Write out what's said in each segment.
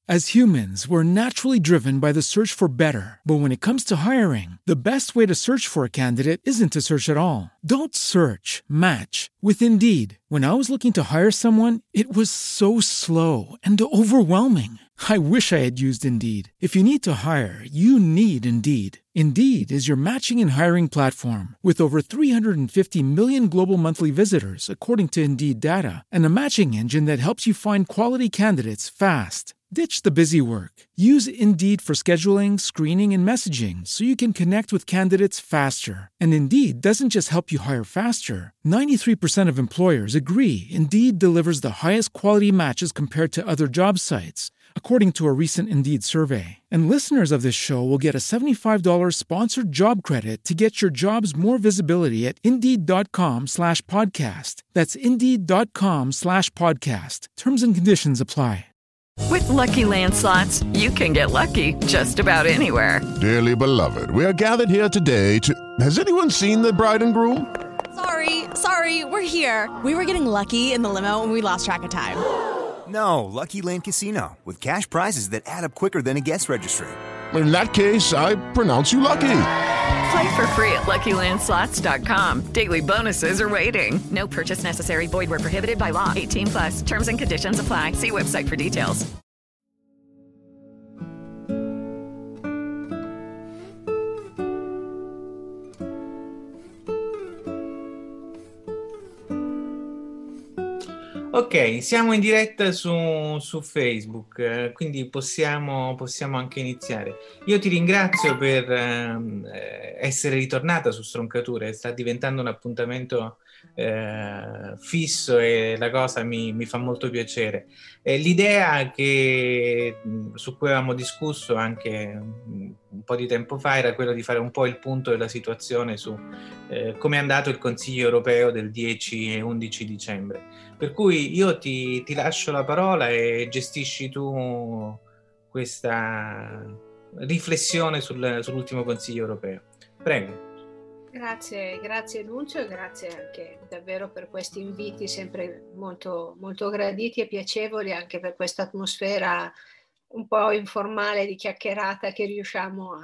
As humans, we're naturally driven by the search for better. But when it comes to hiring, the best way to search for a candidate isn't to search at all. Don't search, match with Indeed. When I was looking to hire someone, it was so slow and overwhelming. I wish I had used Indeed. If you need to hire, you need Indeed. Indeed is your matching and hiring platform with over 350 million global monthly visitors, according to Indeed data, and a matching engine that helps you find quality candidates fast. Ditch the busy work. Use Indeed for scheduling, screening, and messaging so you can connect with candidates faster. And Indeed doesn't just help you hire faster. 93% of employers agree Indeed delivers the highest quality matches compared to other job sites, according to a recent Indeed survey. And listeners of this show will get a $75 sponsored job credit to get your jobs more visibility at Indeed.com/podcast. That's Indeed.com/podcast. Terms and conditions apply. With Lucky Land Slots, you can get lucky just about anywhere. Dearly beloved, we are gathered here today to... Has anyone seen the bride and groom? Sorry, we're here. We were getting lucky in the limo and we lost track of time. No, Lucky Land Casino, with cash prizes that add up quicker than a guest registry. In that case, I pronounce you lucky. Play for free at LuckyLandSlots.com. Daily bonuses are waiting. No purchase necessary. Void where prohibited by law. 18+. Terms and conditions apply. See website for details. Ok, siamo in diretta su Facebook, quindi possiamo anche iniziare. Io ti ringrazio per essere ritornata su Stroncature, sta diventando un appuntamento fisso e la cosa mi fa molto piacere. L'idea su cui avevamo discusso anche un po' di tempo fa era quella di fare un po' il punto della situazione su come è andato il Consiglio europeo del 10 e 11 dicembre. Per cui io ti lascio la parola e gestisci tu questa riflessione sull'ultimo Consiglio europeo. Prego. Grazie Lucio e grazie anche davvero per questi inviti sempre molto, molto graditi e piacevoli, anche per questa atmosfera un po' informale di chiacchierata che riusciamo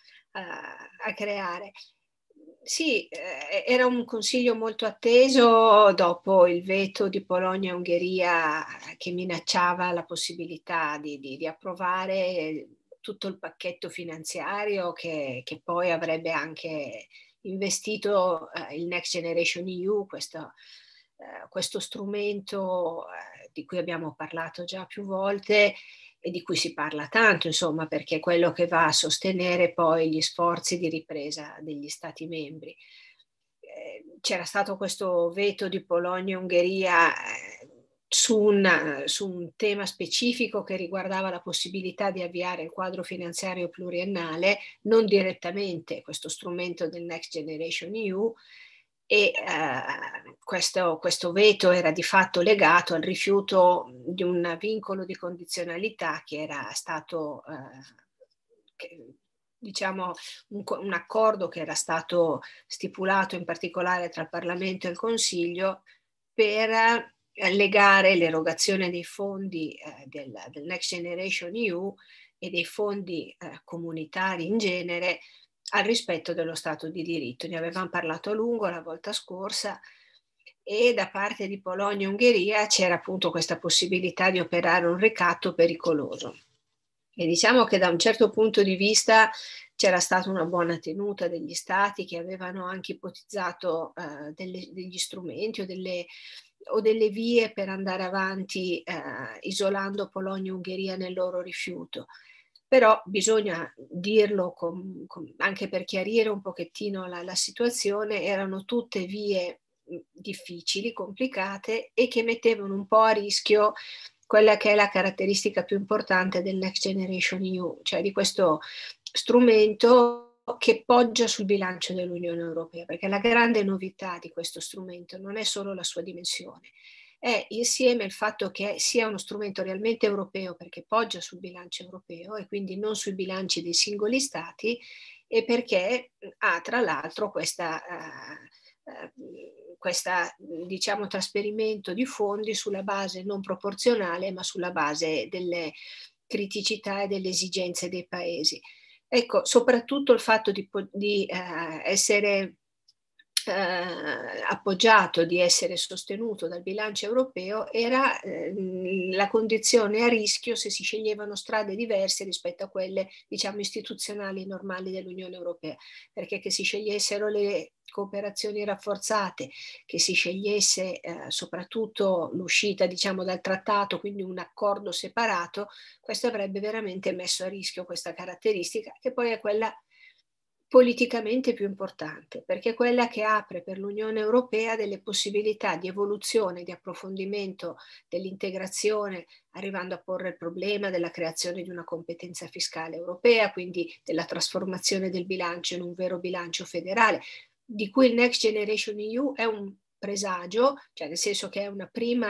a creare. Sì, era un consiglio molto atteso dopo il veto di Polonia e Ungheria che minacciava la possibilità di approvare tutto il pacchetto finanziario che poi avrebbe anche investito il Next Generation EU, questo strumento di cui abbiamo parlato già più volte e di cui si parla tanto, insomma, perché è quello che va a sostenere poi gli sforzi di ripresa degli Stati membri. C'era stato questo veto di Polonia e Ungheria su un tema specifico che riguardava la possibilità di avviare il quadro finanziario pluriennale, non direttamente questo strumento del Next Generation EU, e questo veto era di fatto legato al rifiuto di un vincolo di condizionalità che era stato diciamo un accordo che era stato stipulato in particolare tra il Parlamento e il Consiglio per legare l'erogazione dei fondi del Next Generation EU e dei fondi comunitari in genere al rispetto dello Stato di diritto. Ne avevamo parlato a lungo la volta scorsa e da parte di Polonia e Ungheria c'era appunto questa possibilità di operare un ricatto pericoloso. E diciamo che da un certo punto di vista c'era stata una buona tenuta degli Stati che avevano anche ipotizzato degli strumenti o delle vie per andare avanti isolando Polonia e Ungheria nel loro rifiuto. Però bisogna dirlo anche per chiarire un pochettino la situazione, erano tutte vie difficili, complicate e che mettevano un po' a rischio quella che è la caratteristica più importante del Next Generation EU, cioè di questo strumento che poggia sul bilancio dell'Unione Europea, perché la grande novità di questo strumento non è solo la sua dimensione, è insieme il fatto che sia uno strumento realmente europeo perché poggia sul bilancio europeo e quindi non sui bilanci dei singoli stati, e perché ha tra l'altro questa trasferimento di fondi sulla base non proporzionale ma sulla base criticità e delle esigenze dei paesi. Ecco, soprattutto il fatto di essere appoggiato, di essere sostenuto dal bilancio europeo era la condizione a rischio se si sceglievano strade diverse rispetto a quelle, diciamo, istituzionali normali dell'Unione Europea, perché che si scegliessero le cooperazioni rafforzate, che si scegliesse soprattutto l'uscita, diciamo, dal trattato, quindi un accordo separato, questo avrebbe veramente messo a rischio questa caratteristica, che poi è quella politicamente più importante, perché è quella che apre per l'Unione Europea delle possibilità di evoluzione, di approfondimento dell'integrazione, arrivando a porre il problema della creazione di una competenza fiscale europea, quindi della trasformazione del bilancio in un vero bilancio federale, di cui il Next Generation EU è un presagio, cioè nel senso che è una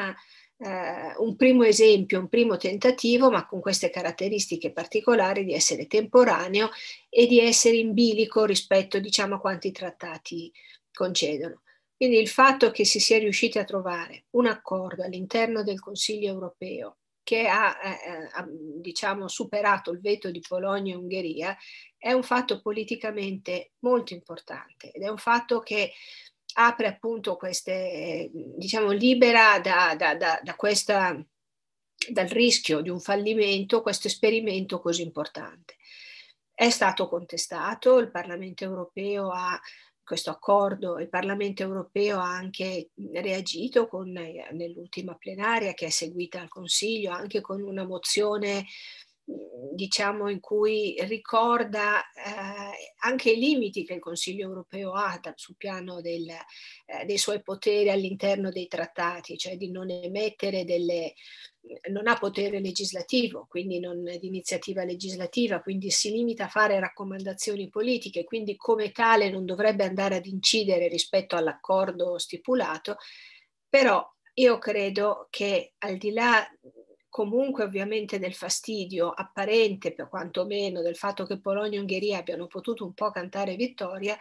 un primo esempio, un primo tentativo, ma con queste caratteristiche particolari di essere temporaneo e di essere in bilico rispetto, diciamo, a quanti trattati concedono. Quindi il fatto che si sia riusciti a trovare un accordo all'interno del Consiglio europeo che ha diciamo, superato il veto di Polonia e Ungheria è un fatto politicamente molto importante ed è un fatto che apre appunto queste, diciamo, libera da questa, dal rischio di un fallimento questo esperimento così importante. È stato contestato, il Parlamento europeo ha questo accordo, il Parlamento europeo ha anche reagito nell'ultima plenaria che è seguita al Consiglio, anche con una mozione diciamo in cui ricorda anche i limiti che il Consiglio europeo ha sul piano dei suoi poteri all'interno dei trattati, cioè di non emettere non ha potere legislativo, quindi non di iniziativa legislativa, quindi si limita a fare raccomandazioni politiche, quindi come tale non dovrebbe andare ad incidere rispetto all'accordo stipulato, però io credo che al di là comunque ovviamente del fastidio apparente, per quantomeno del fatto che Polonia e Ungheria abbiano potuto un po' cantare vittoria,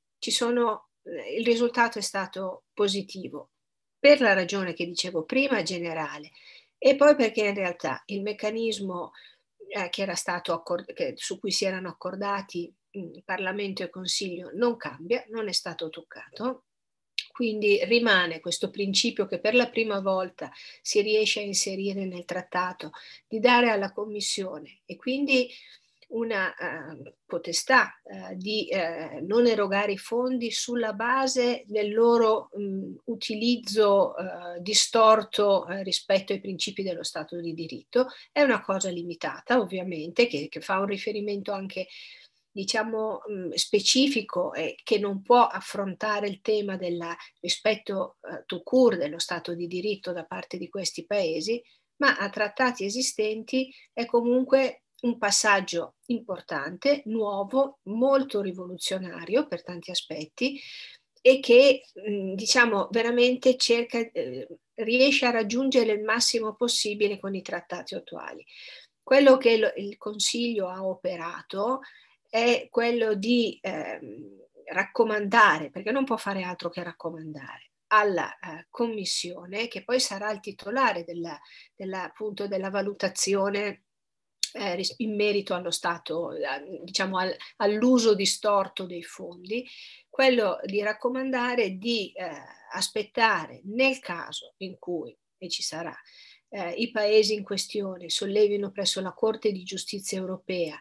il risultato è stato positivo, per la ragione che dicevo prima, generale, e poi perché in realtà il meccanismo che era stato su cui si erano accordati Parlamento e Consiglio non cambia, non è stato toccato. Quindi rimane questo principio che per la prima volta si riesce a inserire nel trattato di dare alla Commissione e quindi una potestà di non erogare i fondi sulla base del loro utilizzo distorto rispetto ai principi dello Stato di diritto. È una cosa limitata, ovviamente, che fa un riferimento anche diciamo specifico e che non può affrontare il tema del rispetto tout court dello Stato di diritto da parte di questi paesi, ma a trattati esistenti è comunque un passaggio importante, nuovo, molto rivoluzionario per tanti aspetti e che diciamo veramente riesce a raggiungere il massimo possibile con i trattati attuali. Quello che il Consiglio ha operato è quello di raccomandare, perché non può fare altro che raccomandare, alla Commissione, che poi sarà il titolare appunto della valutazione in merito allo Stato, diciamo all'uso distorto dei fondi, quello di raccomandare di aspettare nel caso in cui, e ci sarà, i paesi in questione sollevino presso la Corte di Giustizia europea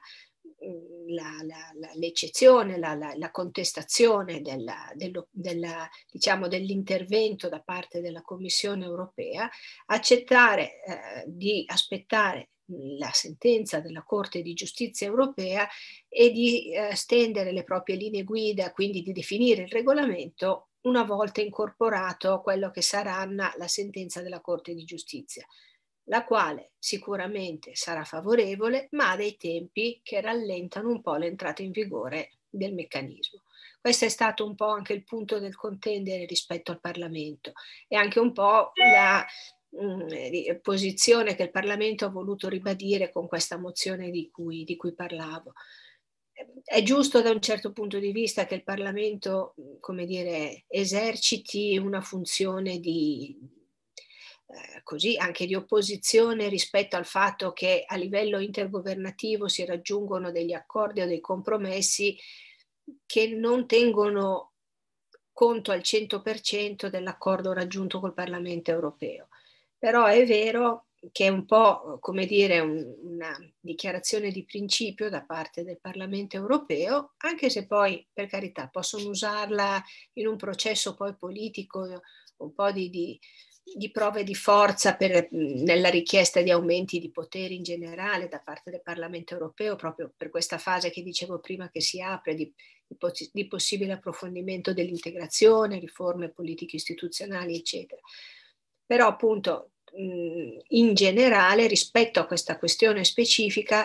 l'eccezione, la contestazione diciamo, dell'intervento da parte della Commissione europea, accettare di aspettare la sentenza della Corte di Giustizia europea e di stendere le proprie linee guida, quindi di definire il regolamento una volta incorporato quello che sarà la sentenza della Corte di Giustizia, la quale sicuramente sarà favorevole, ma ha dei tempi che rallentano un po' l'entrata in vigore del meccanismo. Questo è stato un po' anche il punto del contendere rispetto al Parlamento e anche un po' la posizione che il Parlamento ha voluto ribadire con questa mozione di cui parlavo. È giusto da un certo punto di vista che il Parlamento, come dire, eserciti una funzione di così anche di opposizione rispetto al fatto che a livello intergovernativo si raggiungono degli accordi o dei compromessi che non tengono conto al 100% dell'accordo raggiunto col Parlamento europeo. Però è vero che è un po', come dire, una dichiarazione di principio da parte del Parlamento europeo, anche se poi, per carità, possono usarla in un processo poi politico, un po' di prove di forza nella richiesta di aumenti di poteri in generale da parte del Parlamento europeo, proprio per questa fase che dicevo prima che si apre di possibile approfondimento dell'integrazione, riforme politiche istituzionali, eccetera. Però appunto in generale rispetto a questa questione specifica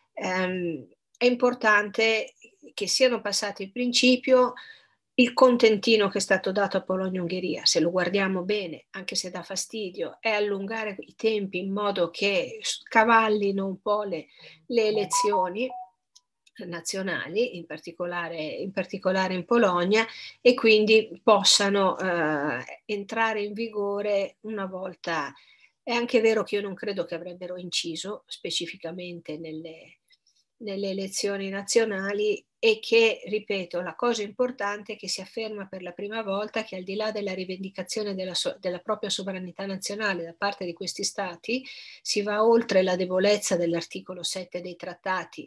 è importante che siano passati il principio, il contentino che è stato dato a Polonia e Ungheria, se lo guardiamo bene, anche se dà fastidio, è allungare i tempi in modo che scavallino un po' le elezioni nazionali, in particolare in Polonia, e quindi possano entrare in vigore una volta. È anche vero che io non credo che avrebbero inciso specificamente nelle elezioni nazionali, e che, ripeto, la cosa importante è che si afferma per la prima volta che al di là della rivendicazione della propria sovranità nazionale da parte di questi stati, si va oltre la debolezza dell'articolo 7 dei trattati,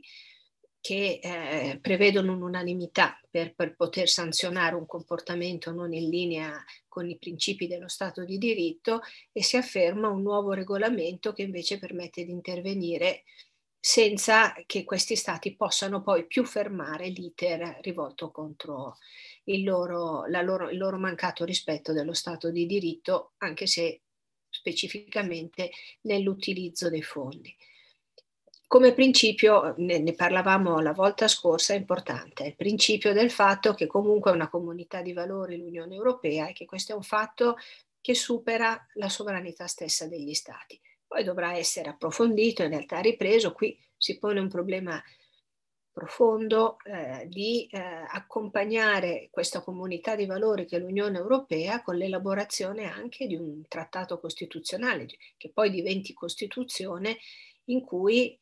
che prevedono un'unanimità per poter sanzionare un comportamento non in linea con i principi dello Stato di diritto, e si afferma un nuovo regolamento che invece permette di intervenire senza che questi stati possano poi più fermare l'iter rivolto contro il loro mancato rispetto dello Stato di diritto, anche se specificamente nell'utilizzo dei fondi. Come principio, ne parlavamo la volta scorsa, è importante il principio del fatto che comunque è una comunità di valori l'Unione Europea, e che questo è un fatto che supera la sovranità stessa degli stati. Poi dovrà essere approfondito, in realtà ripreso. Qui si pone un problema profondo di accompagnare questa comunità di valori che è l'Unione Europea con l'elaborazione anche di un trattato costituzionale, che poi diventi Costituzione, in cui,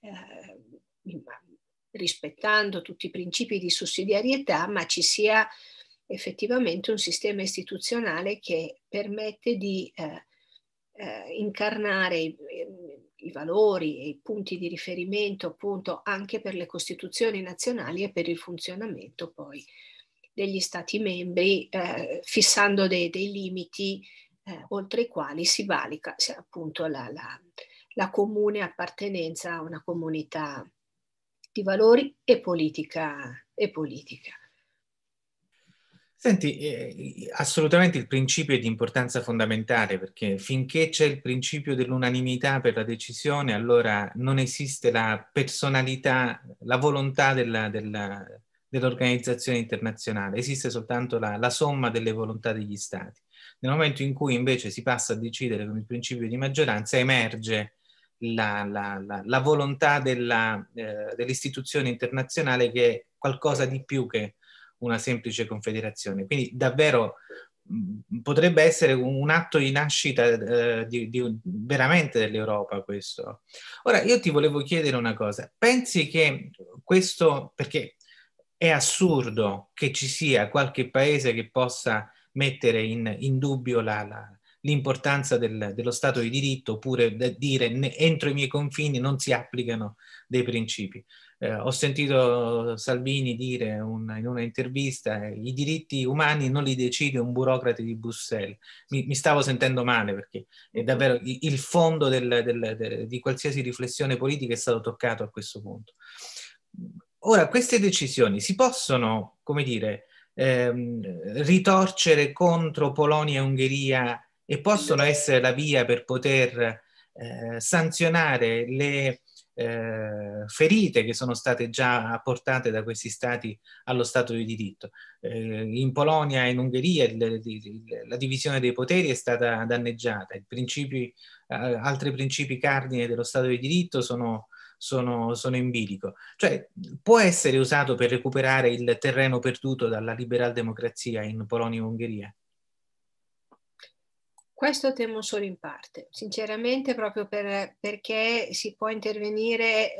rispettando tutti i principi di sussidiarietà, ma ci sia effettivamente un sistema istituzionale che permette di incarnare i valori e i punti di riferimento appunto anche per le costituzioni nazionali e per il funzionamento poi degli stati membri, fissando dei limiti oltre i quali si valica appunto la comune appartenenza a una comunità di valori e politica. Senti, assolutamente il principio è di importanza fondamentale, perché finché c'è il principio dell'unanimità per la decisione, allora non esiste la personalità, la volontà dell'organizzazione internazionale, esiste soltanto la somma delle volontà degli stati. Nel momento in cui invece si passa a decidere con il principio di maggioranza, emerge la volontà dell'istituzione internazionale, che è qualcosa di più che una semplice confederazione. Quindi davvero potrebbe essere un atto di nascita veramente dell'Europa questo. Ora io ti volevo chiedere una cosa. Pensi che questo, perché è assurdo che ci sia qualche paese che possa mettere in dubbio l'importanza dello Stato di diritto, oppure dire entro i miei confini non si applicano dei principi. Ho sentito Salvini dire in una intervista i diritti umani non li decide un burocrate di Bruxelles. Mi stavo sentendo male, perché è davvero il fondo di qualsiasi riflessione politica è stato toccato a questo punto. Ora, queste decisioni si possono, come dire, ritorcere contro Polonia e Ungheria, e possono essere la via per poter sanzionare le ferite che sono state già apportate da questi stati allo Stato di diritto. In Polonia e in Ungheria la divisione dei poteri è stata danneggiata, altri principi cardine dello Stato di diritto sono in bilico. Cioè, può essere usato per recuperare il terreno perduto dalla liberal democrazia in Polonia e Ungheria? Questo temo solo in parte, sinceramente, proprio perché si può intervenire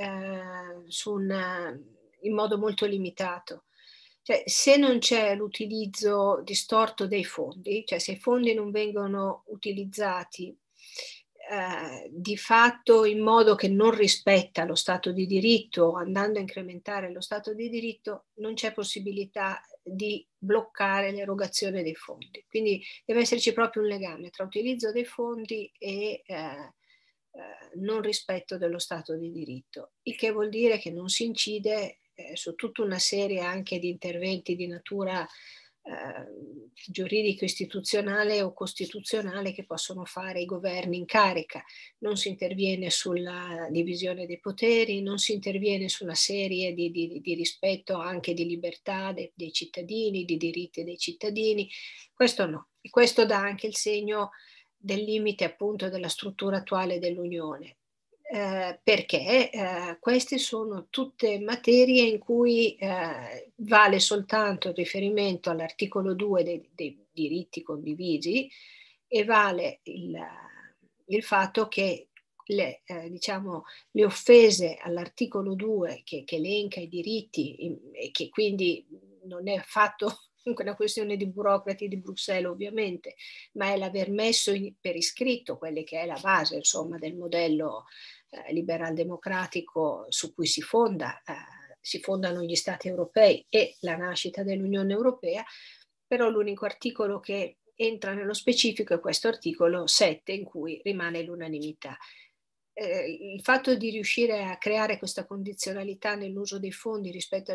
in modo molto limitato. Cioè, se non c'è l'utilizzo distorto dei fondi, cioè se i fondi non vengono utilizzati di fatto in modo che non rispetta lo Stato di diritto, andando a incrementare lo Stato di diritto, non c'è possibilità di bloccare l'erogazione dei fondi. Quindi deve esserci proprio un legame tra utilizzo dei fondi e non rispetto dello Stato di diritto, il che vuol dire che non si incide su tutta una serie anche di interventi di natura giuridico istituzionale o costituzionale che possono fare i governi in carica. Non si interviene sulla divisione dei poteri, non si interviene su una serie di rispetto anche di libertà dei cittadini, di diritti dei cittadini. Questo no, e questo dà anche il segno del limite appunto della struttura attuale dell'Unione. Perché queste sono tutte materie in cui vale soltanto il riferimento all'articolo 2 dei diritti condivisi e vale il fatto che le offese all'articolo 2 che elenca i diritti e che quindi non è affatto una questione di burocrati di Bruxelles ovviamente, ma è l'aver messo per iscritto quelle che è la base insomma del modello liberal democratico su cui si fondano gli Stati europei e la nascita dell'Unione Europea, però l'unico articolo che entra nello specifico è questo articolo 7 in cui rimane l'unanimità. Il fatto di riuscire a creare questa condizionalità nell'uso dei fondi rispetto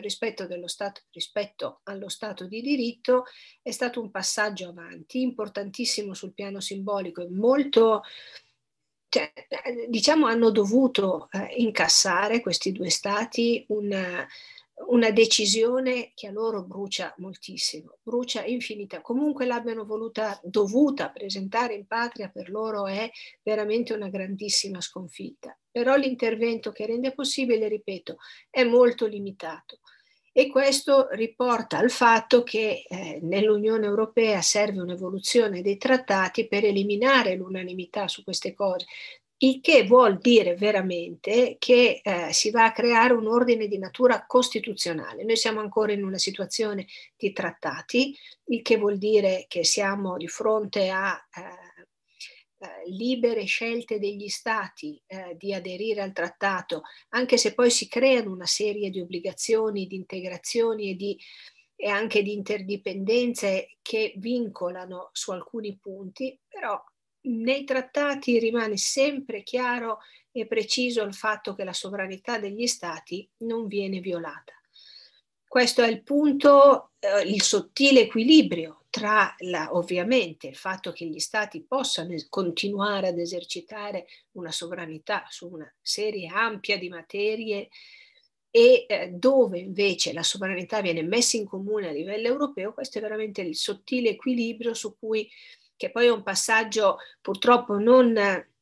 allo Stato di diritto è stato un passaggio avanti importantissimo sul piano simbolico e molto, cioè, diciamo, hanno dovuto incassare questi due Stati una decisione che a loro brucia moltissimo, brucia infinita. Comunque l'abbiano dovuta presentare in patria, per loro è veramente una grandissima sconfitta. Però l'intervento che rende possibile, ripeto, è molto limitato. E questo riporta al fatto che nell'Unione Europea serve un'evoluzione dei trattati per eliminare l'unanimità su queste cose, il che vuol dire veramente che si va a creare un ordine di natura costituzionale. Noi siamo ancora in una situazione di trattati, il che vuol dire che siamo di fronte a libere scelte degli Stati di aderire al trattato, anche se poi si creano una serie di obbligazioni, di integrazioni e anche di interdipendenze che vincolano su alcuni punti, però nei trattati rimane sempre chiaro e preciso il fatto che la sovranità degli Stati non viene violata. Questo è il punto, il sottile equilibrio tra ovviamente il fatto che gli Stati possano continuare ad esercitare una sovranità su una serie ampia di materie e dove invece la sovranità viene messa in comune a livello europeo. Questo è veramente il sottile equilibrio su cui, che poi è un passaggio purtroppo non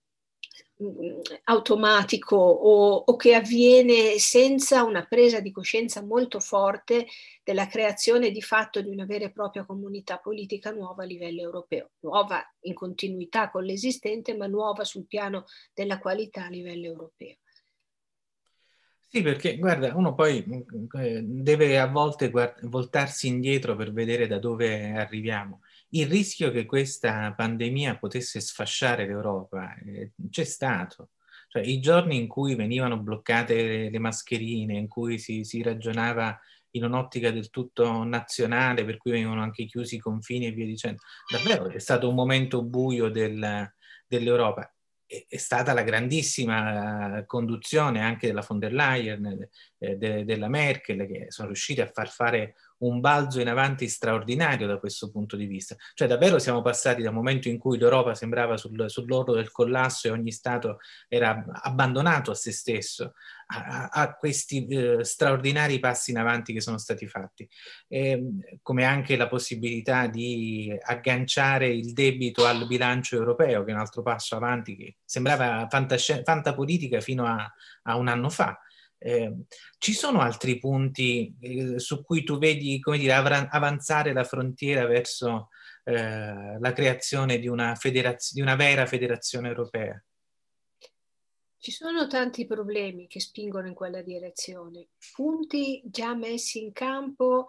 automatico o che avviene senza una presa di coscienza molto forte della creazione di fatto di una vera e propria comunità politica nuova a livello europeo, nuova in continuità con l'esistente, ma nuova sul piano della qualità a livello europeo. Sì, perché guarda, uno poi deve a volte voltarsi indietro per vedere da dove arriviamo. Il rischio che questa pandemia potesse sfasciare l'Europa c'è stato. Cioè, i giorni in cui venivano bloccate le mascherine, in cui si ragionava in un'ottica del tutto nazionale, per cui venivano anche chiusi i confini e via dicendo, davvero è stato un momento buio dell'Europa. È stata la grandissima conduzione anche della von der Leyen, della Merkel, che sono riusciti a far fare un balzo in avanti straordinario da questo punto di vista. Cioè davvero siamo passati dal momento in cui l'Europa sembrava sull'orlo del collasso e ogni Stato era abbandonato a se stesso, a questi straordinari passi in avanti che sono stati fatti, come anche la possibilità di agganciare il debito al bilancio europeo, che è un altro passo avanti che sembrava fantapolitica fino a un anno fa. Ci sono altri punti su cui tu vedi, come dire, avanzare la frontiera verso la creazione di una vera federazione europea? Ci sono tanti problemi che spingono in quella direzione. Punti già messi in campo,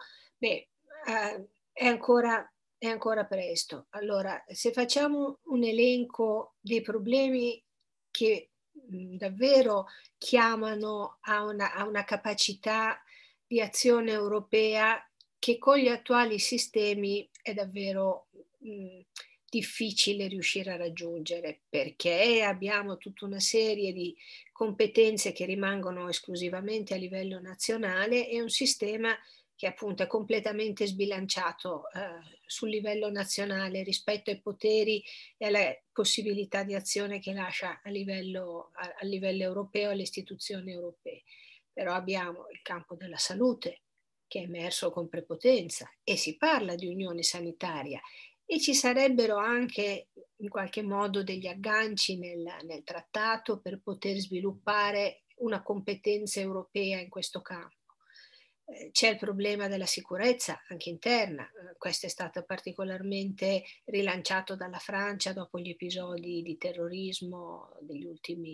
è ancora presto. Allora, se facciamo un elenco dei problemi che davvero chiamano a una capacità di azione europea che con gli attuali sistemi è davvero difficile riuscire a raggiungere, perché abbiamo tutta una serie di competenze che rimangono esclusivamente a livello nazionale e un sistema che appunto è completamente sbilanciato sul livello nazionale rispetto ai poteri e alle possibilità di azione che lascia a livello europeo, alle istituzioni europee. Però abbiamo il campo della salute che è emerso con prepotenza e si parla di unione sanitaria e ci sarebbero anche in qualche modo degli agganci nel trattato per poter sviluppare una competenza europea in questo campo. C'è il problema della sicurezza anche interna, questo è stato particolarmente rilanciato dalla Francia dopo gli episodi di terrorismo delle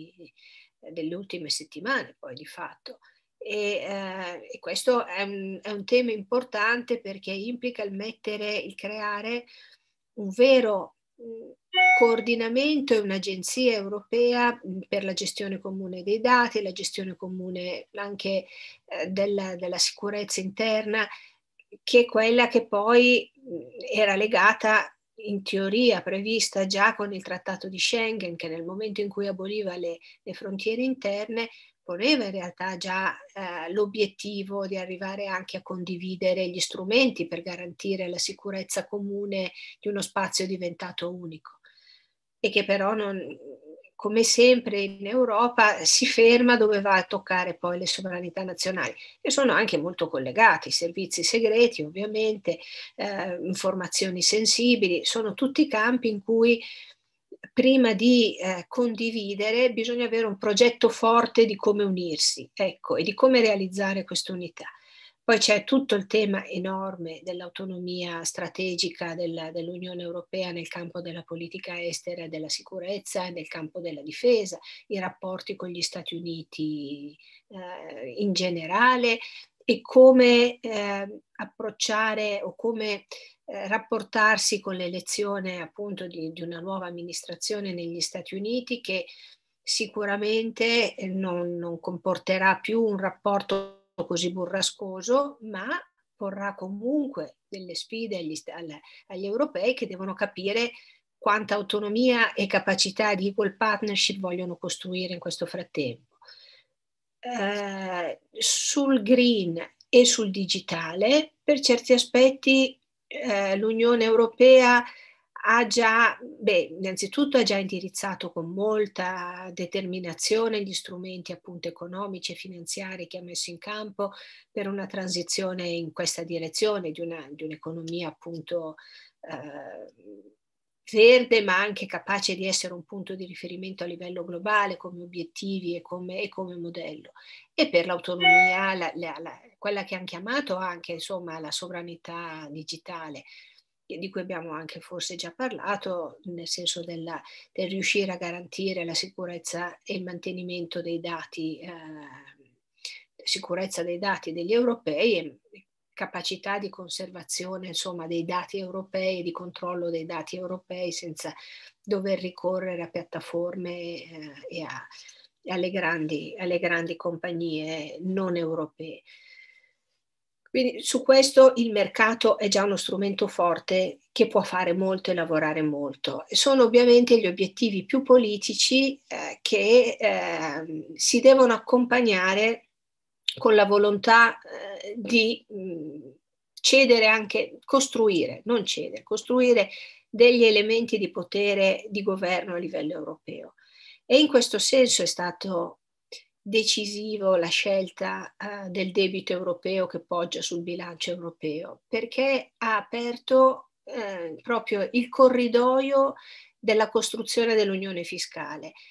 ultime settimane, poi di fatto. E questo è un tema importante perché implica il creare un vero coordinamento e un'agenzia europea per la gestione comune dei dati, la gestione comune anche della sicurezza interna, che è quella che poi era legata in teoria prevista già con il Trattato di Schengen, che nel momento in cui aboliva le frontiere interne poneva in realtà già l'obiettivo di arrivare anche a condividere gli strumenti per garantire la sicurezza comune di uno spazio diventato unico e che però come sempre in Europa si ferma dove va a toccare poi le sovranità nazionali e sono anche molto collegati, servizi segreti ovviamente, informazioni sensibili, sono tutti campi in cui prima di condividere bisogna avere un progetto forte di come unirsi, ecco, e di come realizzare questa unità. Poi c'è tutto il tema enorme dell'autonomia strategica dell'Unione Europea nel campo della politica estera e della sicurezza, nel campo della difesa, i rapporti con gli Stati Uniti in generale e come approcciare o come rapportarsi con l'elezione appunto di una nuova amministrazione negli Stati Uniti che sicuramente non comporterà più un rapporto così burrascoso, ma porrà comunque delle sfide agli europei che devono capire quanta autonomia e capacità di equal partnership vogliono costruire in questo frattempo. Sul green e sul digitale, per certi aspetti l'Unione Europea innanzitutto ha già indirizzato con molta determinazione gli strumenti appunto economici e finanziari che ha messo in campo per una transizione in questa direzione di un'economia appunto verde, ma anche capace di essere un punto di riferimento a livello globale come obiettivi e come modello. E per l'autonomia, quella che hanno chiamato anche insomma la sovranità digitale, di cui abbiamo anche forse già parlato, nel senso del riuscire a garantire la sicurezza e il mantenimento dei dati, sicurezza dei dati degli europei e capacità di conservazione insomma dei dati europei e di controllo dei dati europei senza dover ricorrere a piattaforme e alle grandi compagnie non europee. Quindi su questo il mercato è già uno strumento forte che può fare molto e lavorare molto. Sono ovviamente gli obiettivi più politici che si devono accompagnare con la volontà di cedere anche, costruire degli elementi di potere di governo a livello europeo. E in questo senso è stato decisivo la scelta del debito europeo che poggia sul bilancio europeo, perché ha aperto proprio il corridoio della costruzione dell'unione fiscale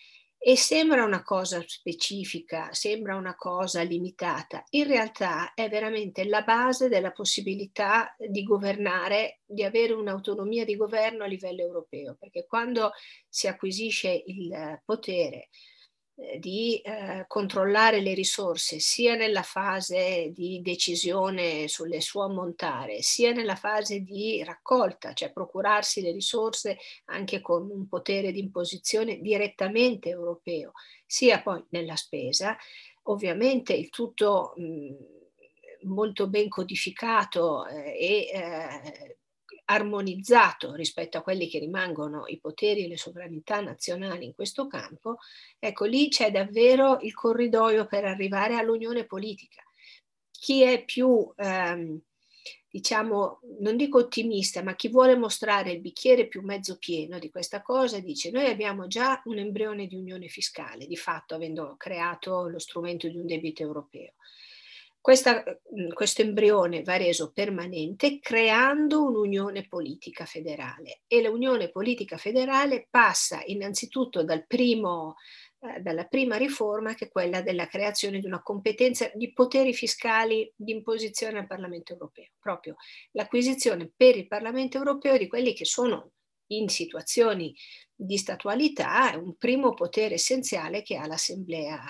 E sembra una cosa specifica, sembra una cosa limitata. In realtà è veramente la base della possibilità di governare, di avere un'autonomia di governo a livello europeo, perché quando si acquisisce il potere di controllare le risorse sia nella fase di decisione sulle suo ammontare, sia nella fase di raccolta, cioè procurarsi le risorse anche con un potere di imposizione direttamente europeo, sia poi nella spesa, ovviamente il tutto molto ben codificato e armonizzato rispetto a quelli che rimangono i poteri e le sovranità nazionali in questo campo, ecco lì c'è davvero il corridoio per arrivare all'unione politica. Chi è più, diciamo, non dico ottimista, ma chi vuole mostrare il bicchiere più mezzo pieno di questa cosa dice: noi abbiamo già un embrione di unione fiscale, di fatto avendo creato lo strumento di un debito europeo. Questo embrione va reso permanente creando un'unione politica federale, e l'unione politica federale passa innanzitutto dalla prima riforma, che è quella della creazione di una competenza di poteri fiscali di imposizione al Parlamento europeo, proprio l'acquisizione per il Parlamento europeo di quelli che sono in situazioni di statualità un primo potere essenziale che ha l'assemblea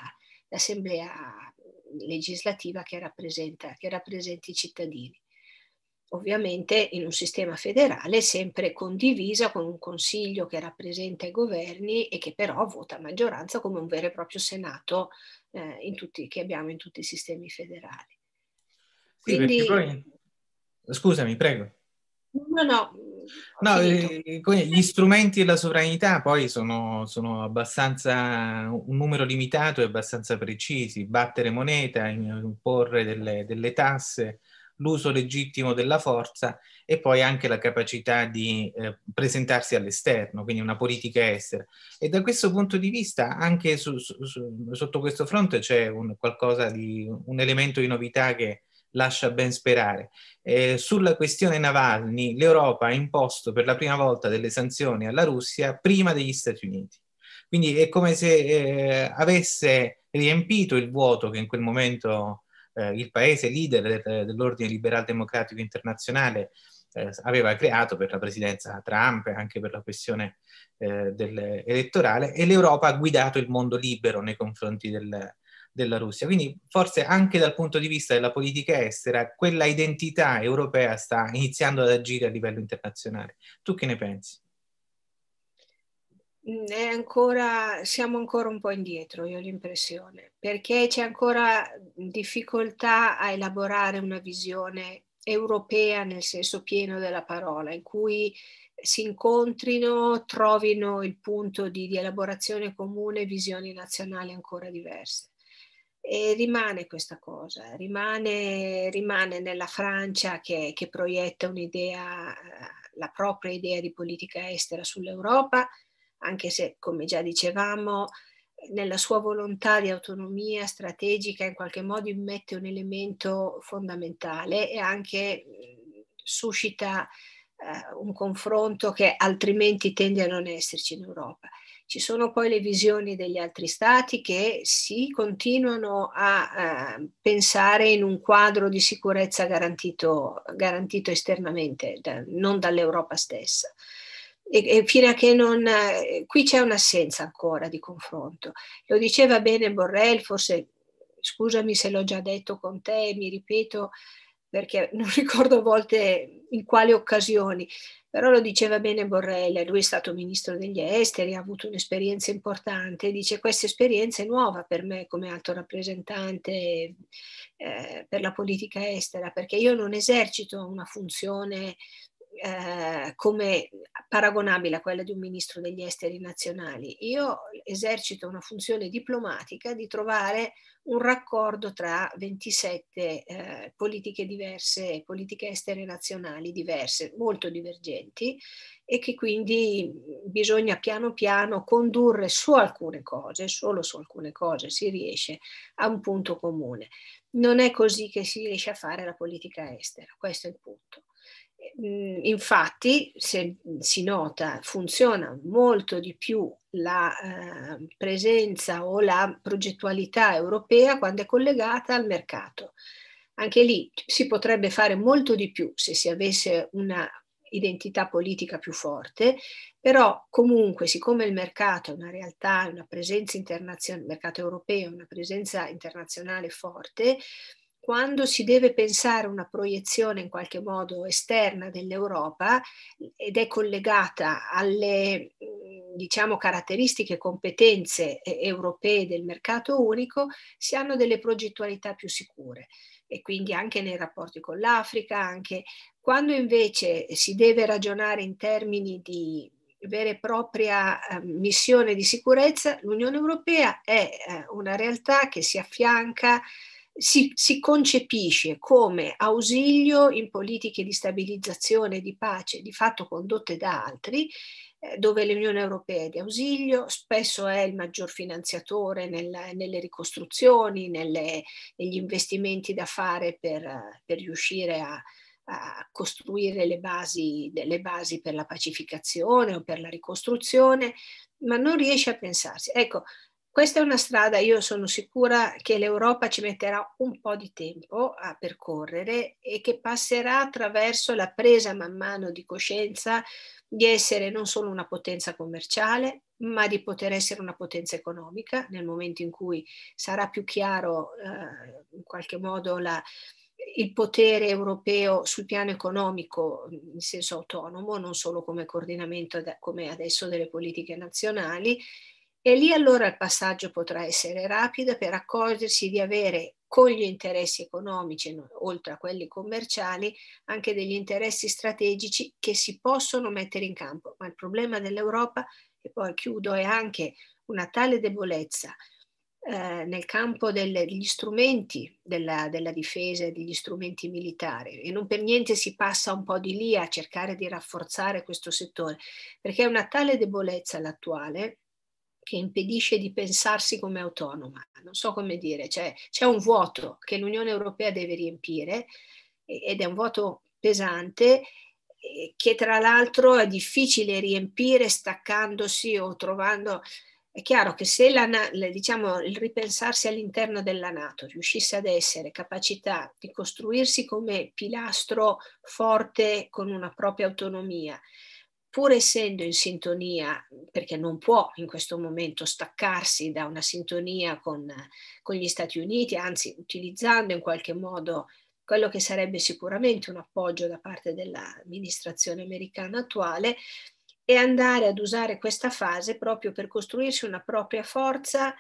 legislativa che rappresenta i cittadini. Ovviamente in un sistema federale sempre condivisa con un consiglio che rappresenta i governi e che però vota a maggioranza come un vero e proprio senato che abbiamo in tutti i sistemi federali. Sì, quindi poi... Scusami, prego. No, gli strumenti della sovranità poi sono abbastanza, un numero limitato e abbastanza precisi: battere moneta, imporre delle tasse, l'uso legittimo della forza e poi anche la capacità di presentarsi all'esterno, quindi una politica estera. E da questo punto di vista anche sotto questo fronte c'è un elemento di novità che lascia ben sperare. Sulla questione Navalny, l'Europa ha imposto per la prima volta delle sanzioni alla Russia prima degli Stati Uniti. Quindi è come se avesse riempito il vuoto che in quel momento il paese leader dell'ordine liberal democratico internazionale aveva creato per la presidenza Trump e anche per la questione elettorale, e l'Europa ha guidato il mondo libero nei confronti della Russia. Quindi forse anche dal punto di vista della politica estera quella identità europea sta iniziando ad agire a livello internazionale. Tu che ne pensi? Siamo ancora un po' indietro, io ho l'impressione, perché c'è ancora difficoltà a elaborare una visione europea nel senso pieno della parola, in cui si incontrino, trovino il punto di elaborazione comune, visioni nazionali ancora diverse. E rimane questa cosa, rimane nella Francia che proietta un'idea, la propria idea di politica estera sull'Europa, anche se, come già dicevamo, nella sua volontà di autonomia strategica in qualche modo immette un elemento fondamentale e anche suscita un confronto che altrimenti tende a non esserci in Europa. Ci sono poi le visioni degli altri stati che si continuano a pensare in un quadro di sicurezza garantito esternamente, non dall'Europa stessa. E fino a che qui c'è un'assenza ancora di confronto. Lo diceva bene Borrell, forse scusami se l'ho già detto con te, mi ripeto perché non ricordo a volte in quali occasioni, però lo diceva bene Borrell, lui è stato ministro degli esteri, ha avuto un'esperienza importante, dice: questa esperienza è nuova per me come alto rappresentante per la politica estera, perché io non esercito una funzione come paragonabile a quella di un ministro degli esteri nazionali. Io esercito una funzione diplomatica di trovare un raccordo tra 27 politiche diverse, politiche estere nazionali diverse, molto divergenti, e che quindi bisogna piano piano condurre su alcune cose, solo su alcune cose si riesce a un punto comune. Non è così che si riesce a fare la politica estera, questo è il punto. Infatti, se si nota, funziona molto di più la presenza o la progettualità europea quando è collegata al mercato. Anche lì si potrebbe fare molto di più se si avesse una identità politica più forte, però comunque, siccome il mercato è una realtà, una presenza internazionale, il mercato europeo è una presenza internazionale forte, quando si deve pensare una proiezione in qualche modo esterna dell'Europa ed è collegata alle, diciamo, caratteristiche e competenze europee del mercato unico, si hanno delle progettualità più sicure. E quindi anche nei rapporti con l'Africa, anche quando invece si deve ragionare in termini di vera e propria missione di sicurezza, l'Unione Europea è una realtà che si affianca, si concepisce come ausilio in politiche di stabilizzazione e di pace di fatto condotte da altri, dove l'Unione Europea è di ausilio, spesso è il maggior finanziatore nelle ricostruzioni, negli investimenti da fare per riuscire a costruire le basi per la pacificazione o per la ricostruzione, ma non riesce a pensarsi. Ecco, questa è una strada, io sono sicura che l'Europa ci metterà un po' di tempo a percorrere e che passerà attraverso la presa man mano di coscienza di essere non solo una potenza commerciale, ma di poter essere una potenza economica nel momento in cui sarà più chiaro in qualche modo il potere europeo sul piano economico in senso autonomo, non solo come coordinamento come adesso delle politiche nazionali. E lì allora il passaggio potrà essere rapido per accorgersi di avere con gli interessi economici, oltre a quelli commerciali, anche degli interessi strategici che si possono mettere in campo. Ma il problema dell'Europa, e poi chiudo, è anche una tale debolezza nel campo degli strumenti della difesa e degli strumenti militari, e non per niente si passa un po' di lì a cercare di rafforzare questo settore, perché è una tale debolezza l'attuale che impedisce di pensarsi come autonoma. Non so come dire, c'è un vuoto che l'Unione Europea deve riempire ed è un vuoto pesante che tra l'altro è difficile riempire staccandosi o trovando. È chiaro che se diciamo, il ripensarsi all'interno della NATO riuscisse ad essere capacità di costruirsi come pilastro forte con una propria autonomia, pur essendo in sintonia, perché non può in questo momento staccarsi da una sintonia con gli Stati Uniti, anzi utilizzando in qualche modo quello che sarebbe sicuramente un appoggio da parte dell'amministrazione americana attuale, e andare ad usare questa fase proprio per costruirsi una propria forza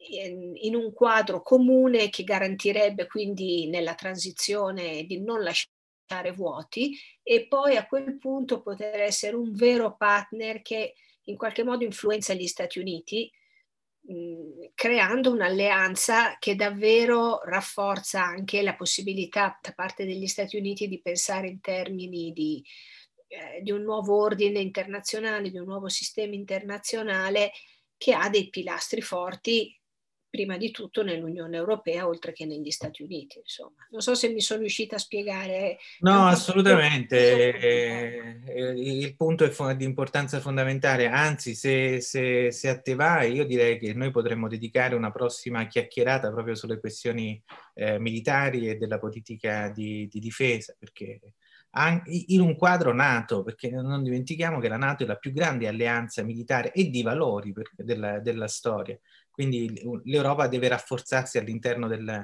in un quadro comune che garantirebbe quindi nella transizione di non lasciare vuoti, e poi a quel punto poter essere un vero partner che in qualche modo influenza gli Stati Uniti, creando un'alleanza che davvero rafforza anche la possibilità da parte degli Stati Uniti di pensare in termini di un nuovo ordine internazionale, di un nuovo sistema internazionale che ha dei pilastri forti, prima di tutto nell'Unione Europea, oltre che negli Stati Uniti. Insomma, non so se mi sono riuscita a spiegare. No, assolutamente. Il punto è di importanza fondamentale. Anzi, se a te va, io direi che noi potremmo dedicare una prossima chiacchierata proprio sulle questioni militari e della politica di difesa, perché in un quadro NATO, perché non dimentichiamo che la NATO è la più grande alleanza militare e di valori della storia, quindi l'Europa deve rafforzarsi all'interno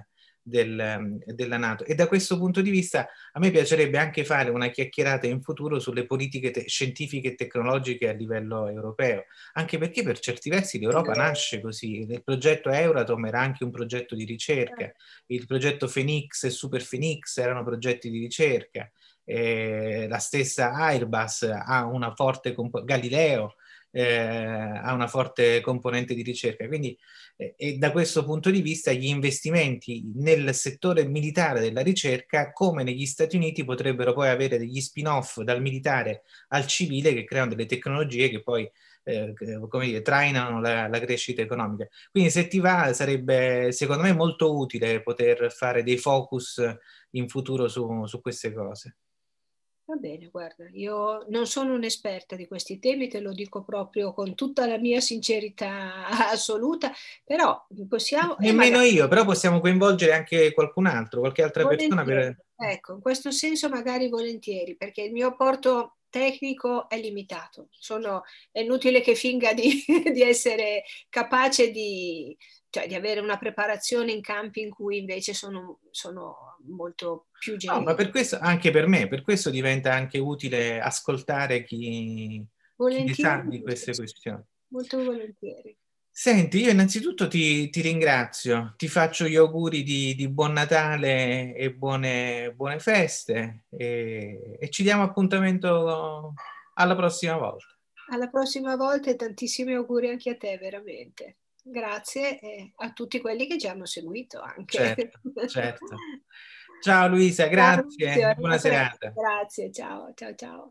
della NATO, e da questo punto di vista a me piacerebbe anche fare una chiacchierata in futuro sulle politiche scientifiche e tecnologiche a livello europeo, anche perché per certi versi l'Europa nasce così. Il progetto Euratom era anche un progetto di ricerca, il progetto Phoenix e Super Phoenix erano progetti di ricerca. La stessa Airbus ha una forte Galileo ha una forte componente di ricerca, quindi e da questo punto di vista gli investimenti nel settore militare della ricerca, come negli Stati Uniti, potrebbero poi avere degli spin-off dal militare al civile che creano delle tecnologie che poi come dire, trainano la crescita economica. Quindi se ti va sarebbe secondo me molto utile poter fare dei focus in futuro su queste cose. Va bene, guarda, io non sono un'esperta di questi temi, te lo dico proprio con tutta la mia sincerità assoluta, però possiamo... Nemmeno io, però possiamo coinvolgere anche qualcun altro, qualche altra persona volentieri. per... Ecco, in questo senso magari volentieri, perché il mio apporto tecnico è limitato. È inutile che finga di essere capace cioè, di avere una preparazione in campi in cui invece sono molto più No, ma per questo, anche per me, per questo diventa anche utile ascoltare chi ne sa di queste questioni. Molto volentieri. Senti, io innanzitutto ti ringrazio, ti faccio gli auguri di buon Natale e buone feste e ci diamo appuntamento alla prossima volta. Alla prossima volta e tantissimi auguri anche a te, veramente. Grazie a tutti quelli che ci hanno seguito anche. Certo. Ciao Luisa, grazie, buona serata. Grazie, ciao, ciao, ciao.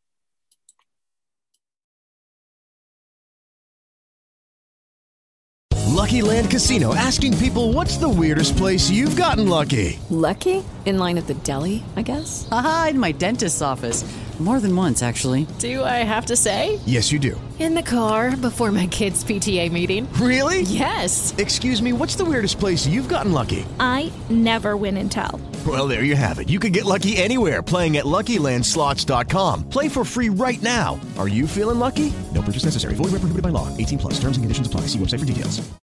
Lucky Land Casino, asking people, what's the weirdest place you've gotten lucky? Lucky? In line at the deli, I guess? Aha, in my dentist's office. More than once, actually. Do I have to say? Yes, you do. In the car before my kids' PTA meeting. Really? Yes. Excuse me, what's the weirdest place you've gotten lucky? I never win and tell. Well, there you have it. You can get lucky anywhere, playing at LuckyLandSlots.com. Play for free right now. Are you feeling lucky? No purchase necessary. Void where prohibited by law. 18+. Terms and conditions apply. See website for details.